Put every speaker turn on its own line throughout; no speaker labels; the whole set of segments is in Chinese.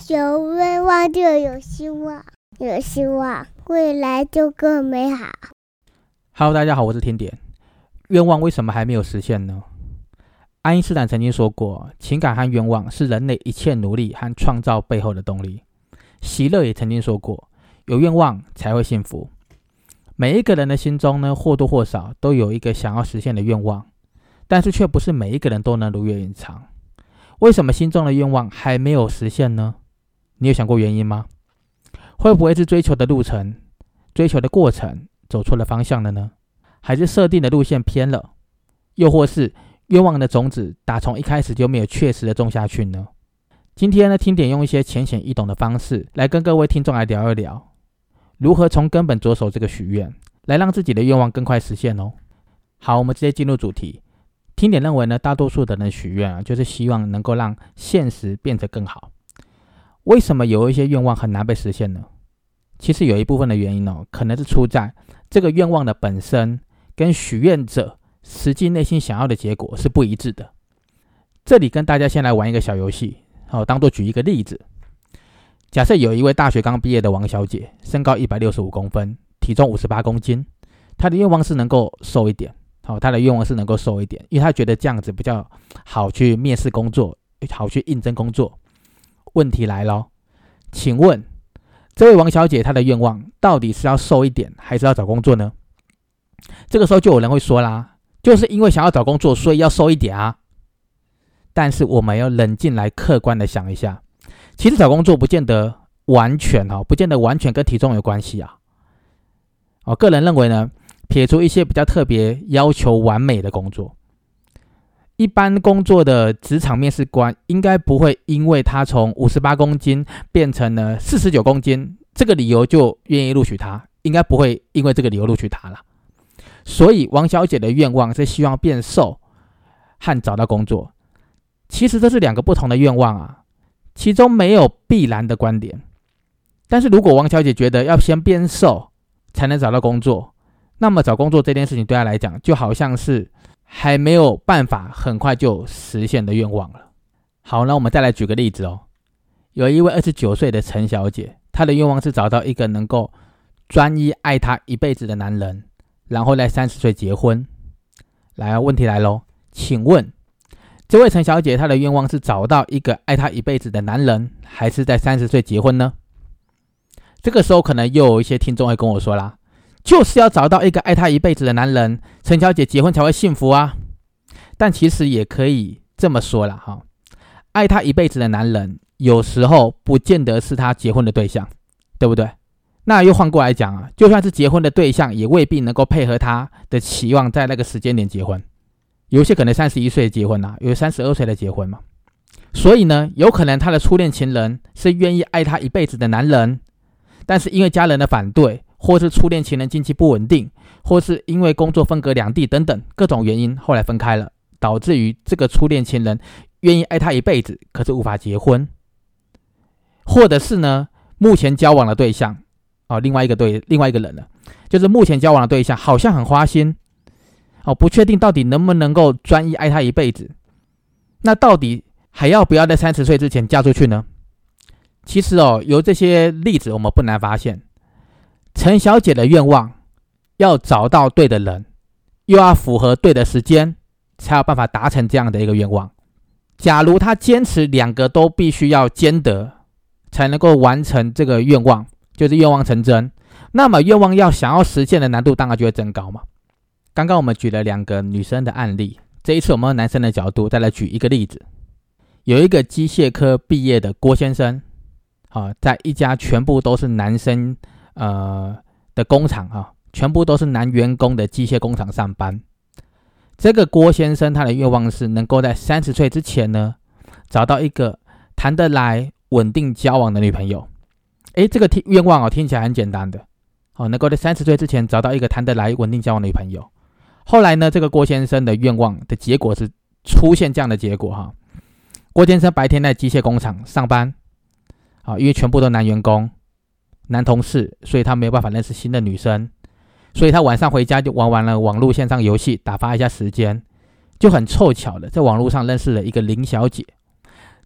有愿望就有希望，有希望未来就更美好。
Hello， 大家好，我是甜点。愿望为什么还没有实现呢？爱因斯坦曾经说过，情感和愿望是人类一切努力和创造背后的动力。席勒也曾经说过，有愿望才会幸福。每一个人的心中呢，或多或少都有一个想要实现的愿望，但是却不是每一个人都能如愿以偿。为什么心中的愿望还没有实现呢？你有想过原因吗？会不会是追求的路程、追求的过程走错了方向了呢？还是设定的路线偏了？又或是愿望的种子打从一开始就没有确实的种下去呢？今天呢，听点用一些浅显易懂的方式来跟各位听众来聊一聊，如何从根本着手这个许愿，来让自己的愿望更快实现哦。好，我们直接进入主题。听点认为呢，大多数的人许愿就是希望能够让现实变得更好。为什么有一些愿望很难被实现呢？其实有一部分的原因可能是出在这个愿望的本身跟许愿者实际内心想要的结果是不一致的。这里跟大家先来玩一个小游戏，当做举一个例子。假设有一位大学刚毕业的王小姐，身高165公分，体重58公斤，她的愿望是能够瘦一点。她的愿望是能够瘦一点，因为她觉得这样子比较好去面试工作，好去应征工作。问题来了，请问这位王小姐她的愿望到底是要瘦一点，还是要找工作呢？这个时候就有人会说啦，就是因为想要找工作，所以要瘦一点啊。但是我们要冷静来客观的想一下，其实找工作不见得完全跟体重有关系啊。个人认为呢，撇除一些比较特别要求完美的工作，一般工作的职场面试官应该不会因为他从58公斤变成了49公斤这个理由就愿意录取他，应该不会因为这个理由录取他了。所以王小姐的愿望是希望变瘦和找到工作，其实这是两个不同的愿望啊，其中没有必然的观点。但是如果王小姐觉得要先变瘦才能找到工作，那么找工作这件事情对她来讲就好像是还没有办法很快就实现的愿望了。好，那我们再来举个例子哦。有一位29岁的陈小姐，她的愿望是找到一个能够专一爱她一辈子的男人，然后在30岁结婚。来，问题来咯，请问这位陈小姐她的愿望是找到一个爱她一辈子的男人，还是在30岁结婚呢？这个时候可能又有一些听众会跟我说啦，就是要找到一个爱她一辈子的男人，陈小姐结婚才会幸福啊。但其实也可以这么说啦，爱她一辈子的男人有时候不见得是她结婚的对象，对不对？那又换过来讲啊，就算是结婚的对象，也未必能够配合她的期望在那个时间点结婚。有些可能31岁结婚啊，有32岁的结婚嘛。所以呢，有可能她的初恋情人是愿意爱她一辈子的男人，但是因为家人的反对，或是初恋情人经济不稳定，或是因为工作分隔两地等等各种原因，后来分开了，导致于这个初恋情人愿意爱她一辈子，可是无法结婚。或者是呢，目前交往的对象另外一个人了，就是目前交往的对象好像很花心不确定到底能不能够专一爱她一辈子，那到底还要不要在30岁之前嫁出去呢？其实由这些例子我们不难发现，陈小姐的愿望要找到对的人，又要符合对的时间，才有办法达成这样的一个愿望。假如她坚持两个都必须要兼得，才能够完成这个愿望，就是愿望成真，那么愿望想要实现的难度当然就会增高嘛。刚刚我们举了两个女生的案例，这一次我们用男生的角度再来举一个例子。有一个机械科毕业的郭先生在一家全部都是男生的工厂全部都是男员工的机械工厂上班。这个郭先生他的愿望是能够在30岁之前呢，找到一个谈得来稳定交往的女朋友。这个愿望听起来很简单的能够在30岁之前找到一个谈得来稳定交往的女朋友。后来呢，这个郭先生的愿望的结果是出现这样的结果郭先生白天在机械工厂上班因为全部都男员工男同事，所以他没有办法认识新的女生，所以他晚上回家就玩完了网络线上游戏，打发一下时间，就很凑巧的在网络上认识了一个林小姐。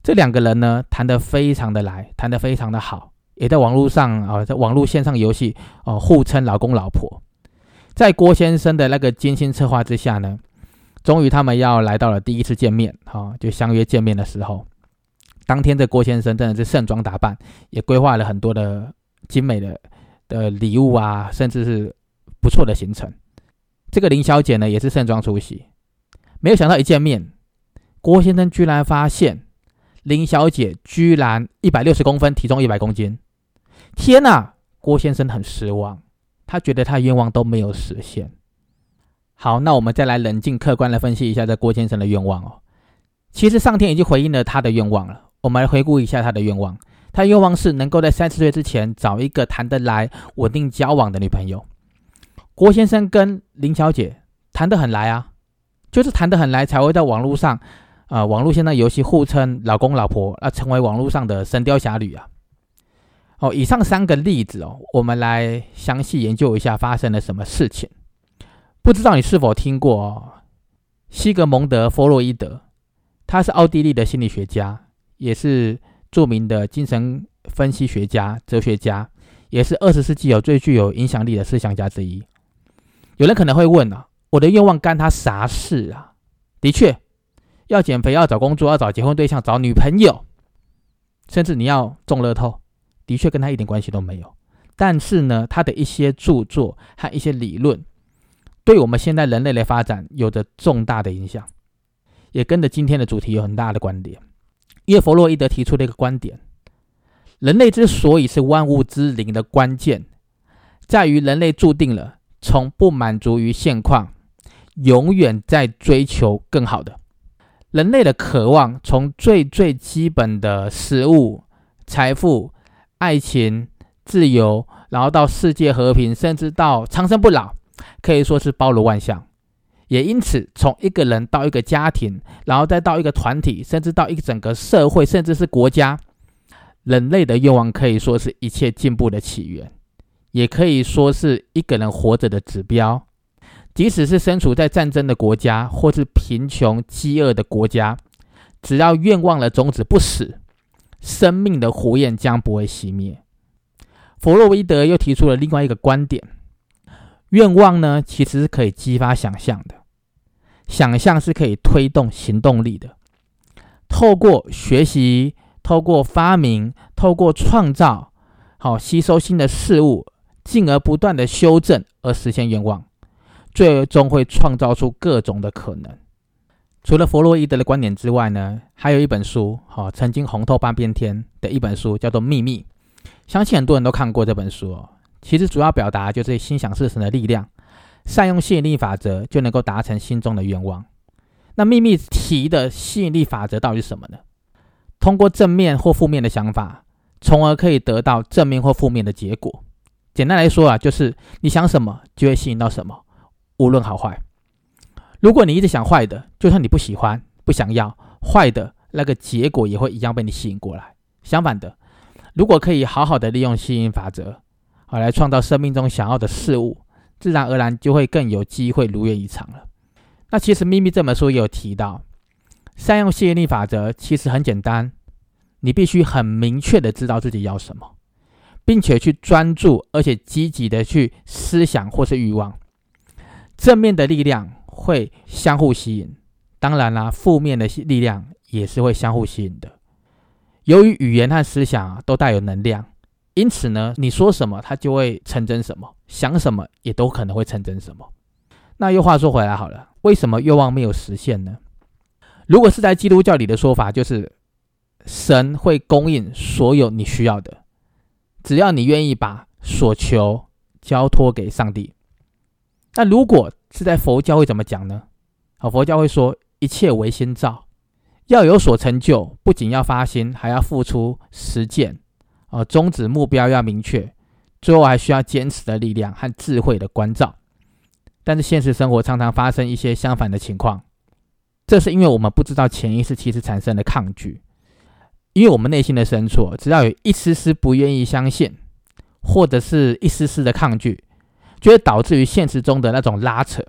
这两个人呢谈得非常的来，谈得非常的好，也在网络上在网络线上游戏互称老公老婆。在郭先生的那个精心策划之下呢，终于他们要来到了第一次见面，就相约见面的时候。当天的郭先生真的是盛装打扮，也规划了很多的精美的礼物啊，甚至是不错的行程。这个林小姐呢也是盛装出席，没有想到一见面，郭先生居然发现林小姐居然160公分，体重100公斤。天哪！郭先生很失望，他觉得他的愿望都没有实现。好，那我们再来冷静客观的分析一下这郭先生的愿望其实上天已经回应了他的愿望了。我们来回顾一下他的愿望。他的愿望是能够在30岁之前找一个谈得来、稳定交往的女朋友。郭先生跟林小姐谈得很来啊，就是谈得很来才会在网络上网络线上游戏互称老公老婆，成为网络上的神雕侠侣啊。以上3个例子我们来详细研究一下发生了什么事情。不知道你是否听过西格蒙德·弗洛伊德，他是奥地利的心理学家，也是著名的精神分析学家、哲学家，也是20世纪最具有影响力的思想家之一。有人可能会问我的愿望干他啥事啊？的确，要减肥，要找工作，要找结婚对象，找女朋友，甚至你要中乐透，的确跟他一点关系都没有。但是呢，他的一些著作和一些理论对我们现在人类的发展有着重大的影响，也跟着今天的主题有很大的关联。因为弗洛伊德提出了一个观点，人类之所以是万物之灵的关键，在于人类注定了从不满足于现况，永远在追求更好的。人类的渴望从最基本的食物、财富、爱情、自由，然后到世界和平，甚至到长生不老，可以说是包罗万象。也因此，从一个人到一个家庭，然后再到一个团体，甚至到一整个社会，甚至是国家，人类的愿望可以说是一切进步的起源，也可以说是一个人活着的指标。即使是身处在战争的国家，或是贫穷饥饿的国家，只要愿望的种子不死，生命的火焰将不会熄灭。弗洛伊德又提出了另外一个观点，愿望呢其实是可以激发想象的，想象是可以推动行动力的。透过学习，透过发明，透过创造，吸收新的事物，进而不断的修正而实现愿望，最终会创造出各种的可能。除了弗洛伊德的观点之外呢，还有一本书曾经红透半边天的一本书，叫做《秘密》。相信很多人都看过这本书其实主要表达就是心想事成的力量，善用吸引力法则就能够达成心中的愿望。那秘密提的吸引力法则到底是什么呢？通过正面或负面的想法，从而可以得到正面或负面的结果。简单来说就是你想什么就会吸引到什么，无论好坏。如果你一直想坏的，就算你不喜欢不想要，坏的那个结果也会一样被你吸引过来。相反的，如果可以好好的利用吸引法则来创造生命中想要的事物，自然而然就会更有机会如愿以偿了。那其实《秘密》这本书也有提到，善用吸引力法则其实很简单，你必须很明确的知道自己要什么，并且去专注而且积极的去思想或是欲望。正面的力量会相互吸引，当然啦，负面的力量也是会相互吸引的。由于语言和思想都带有能量，因此呢，你说什么它就会成真什么，想什么也都可能会成真什么。那又话说回来好了，为什么愿望没有实现呢？如果是在基督教里的说法，就是神会供应所有你需要的，只要你愿意把所求交托给上帝。那如果是在佛教会怎么讲呢？佛教会说一切唯心造，要有所成就，不仅要发心，还要付出实践，宗旨目标要明确，最后还需要坚持的力量和智慧的关照。但是现实生活常常发生一些相反的情况，这是因为我们不知道潜意识其实产生了抗拒。因为我们内心的深处，只要有一丝丝不愿意相信，或者是一丝丝的抗拒，就会导致于现实中的那种拉扯，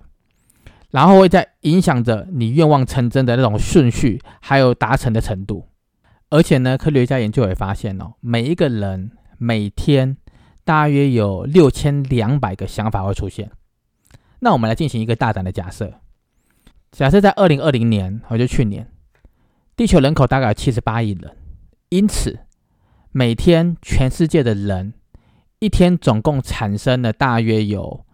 然后会在影响着你愿望成真的那种顺序，还有达成的程度。 而且呢，科学家研究也发现每一个人每天大约有6200个想法会出现。那我们来进行一个大胆的假设，假设在2020年，就去年，地球人口大概有78亿人，因此每天全世界的人一天总共产生了大约有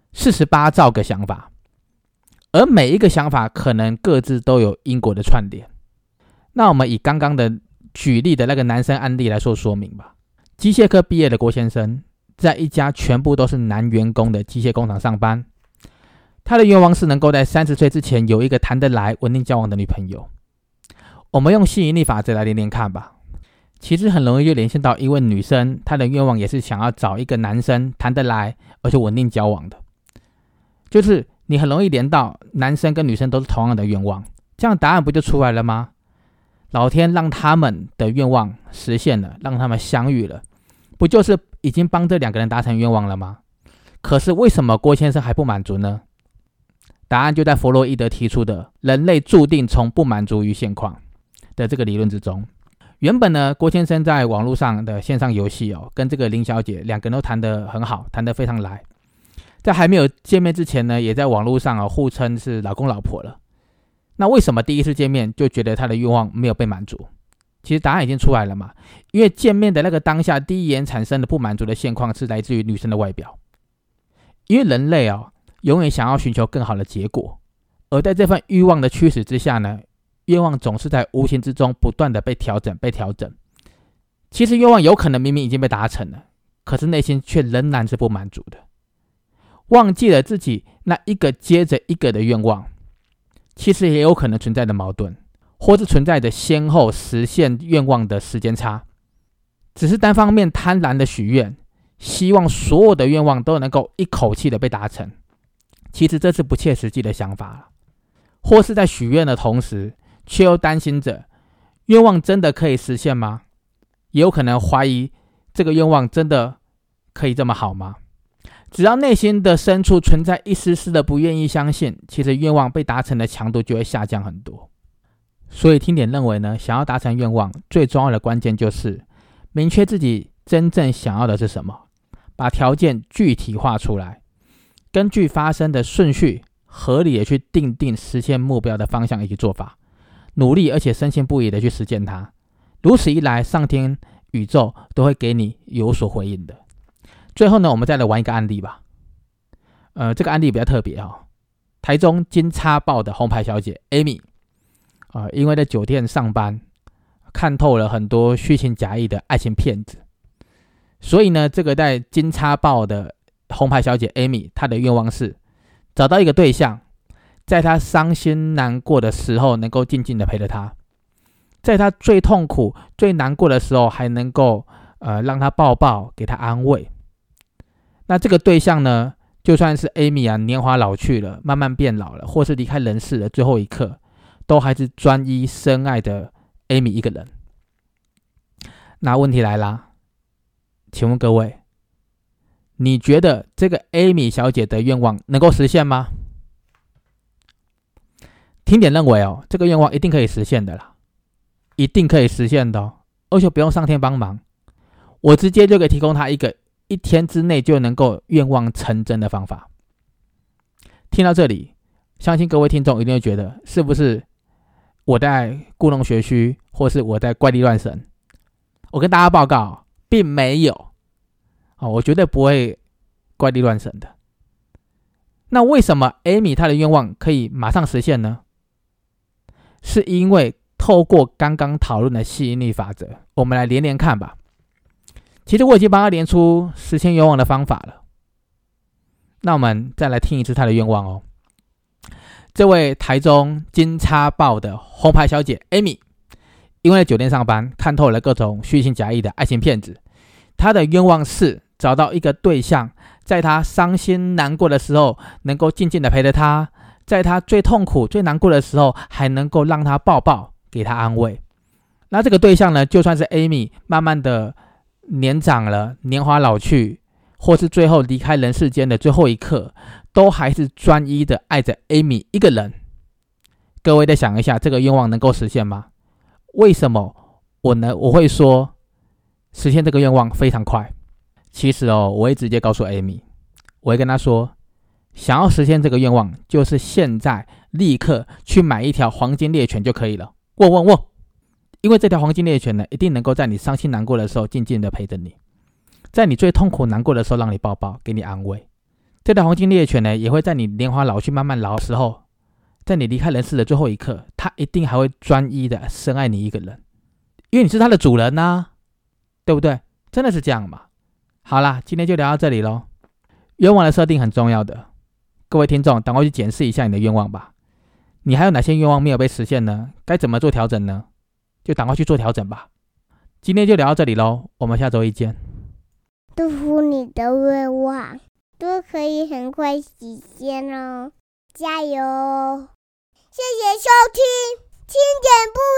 48兆个想法，而每一个想法可能各自都有因果的串联。那我们以刚刚的举例的那个男生案例来说明吧。机械科毕业的郭先生，在一家全部都是男员工的机械工厂上班。他的愿望是能够在30岁之前有一个谈得来、稳定交往的女朋友。我们用吸引力法则来连连看吧。其实很容易就连线到一位女生，她的愿望也是想要找一个男生谈得来而且稳定交往的。就是你很容易连到男生跟女生都是同样的愿望，这样答案不就出来了吗？老天让他们的愿望实现了，让他们相遇了，不就是已经帮这2个人达成愿望了吗？可是为什么郭先生还不满足呢？答案就在弗洛伊德提出的人类注定从不满足于现况的这个理论之中。原本呢，郭先生在网络上的线上游戏跟这个林小姐2个人都谈得很好，谈得非常来。在还没有见面之前呢，也在网络上互称是老公老婆了。那为什么第一次见面就觉得他的愿望没有被满足？其实答案已经出来了嘛，因为见面的那个当下，第一眼产生的不满足的现况是来自于女生的外表。因为人类永远想要寻求更好的结果，而在这份欲望的驱使之下呢，愿望总是在无形之中不断的被调整。其实愿望有可能明明已经被达成了，可是内心却仍然是不满足的，忘记了自己那一个接着一个的愿望。其实也有可能存在的矛盾，或是存在着先后实现愿望的时间差，只是单方面贪婪的许愿，希望所有的愿望都能够一口气的被达成。其实这是不切实际的想法，或是在许愿的同时却又担心着愿望真的可以实现吗？也有可能怀疑这个愿望真的可以这么好吗？只要内心的深处存在一丝丝的不愿意相信，其实愿望被达成的强度就会下降很多。所以听点认为呢，想要达成愿望最重要的关键就是明确自己真正想要的是什么，把条件具体化出来，根据发生的顺序合理的去定实现目标的方向以及做法，努力而且深信不疑的去实践它。如此一来，上天宇宙都会给你有所回应的。最后呢，我们再来玩一个案例吧。这个案例比较特别台中金叉报的红牌小姐 Amy，因为在酒店上班，看透了很多虚情假意的爱情骗子，所以呢，这个在金叉报的红牌小姐 Amy， 她的愿望是找到一个对象，在她伤心难过的时候能够静静的陪着她，在她最痛苦最难过的时候还能够让她抱抱，给她安慰。那这个对象呢，就算是 Amy 年华老去了，慢慢变老了，或是离开人世的最后一刻，都还是专一深爱的 Amy 一个人。那问题来啦，请问各位，你觉得这个 Amy 小姐的愿望能够实现吗？听点认为这个愿望一定可以实现的啦，一定可以实现的而且不用上天帮忙，我直接就可以提供她一个1天之内就能够愿望成真的方法。听到这里，相信各位听众一定会觉得，是不是我在故弄玄虚，或是我在怪力乱神？我跟大家报告，并没有我绝对不会怪力乱神的。那为什么 Amy 她的愿望可以马上实现呢？是因为透过刚刚讨论的吸引力法则，我们来连连看吧。其实我已经帮他连出实现愿望的方法了。那我们再来听一次他的愿望这位台中金叉报的红牌小姐 Amy， 因为在酒店上班，看透了各种虚情假意的爱情骗子。她的愿望是找到一个对象，在她伤心难过的时候能够静静的陪着她，在她最痛苦最难过的时候还能够让她抱抱，给她安慰。那这个对象呢，就算是 Amy 慢慢的年长了，年华老去，或是最后离开人世间的最后一刻，都还是专一的爱着 Amy 一个人。各位再想一下，这个愿望能够实现吗？为什么我会说实现这个愿望非常快。其实我会直接告诉 Amy， 我会跟她说，想要实现这个愿望，就是现在立刻去买一条黄金猎犬就可以了。因为这条黄金猎犬呢，一定能够在你伤心难过的时候静静的陪着你，在你最痛苦难过的时候让你抱抱，给你安慰。这条黄金猎犬呢，也会在你年华老去慢慢老的时候，在你离开人世的最后一刻，它一定还会专一的深爱你一个人，因为你是它的主人啊，对不对？真的是这样嘛？好啦，今天就聊到这里咯。愿望的设定很重要的，各位听众赶快去检视一下你的愿望吧。你还有哪些愿望没有被实现呢？该怎么做调整呢？就赶快去做调整吧。今天就聊到这里咯，我们下周一见。
祝福你的愿望都可以很快实现哦，加油！谢谢收听，听点不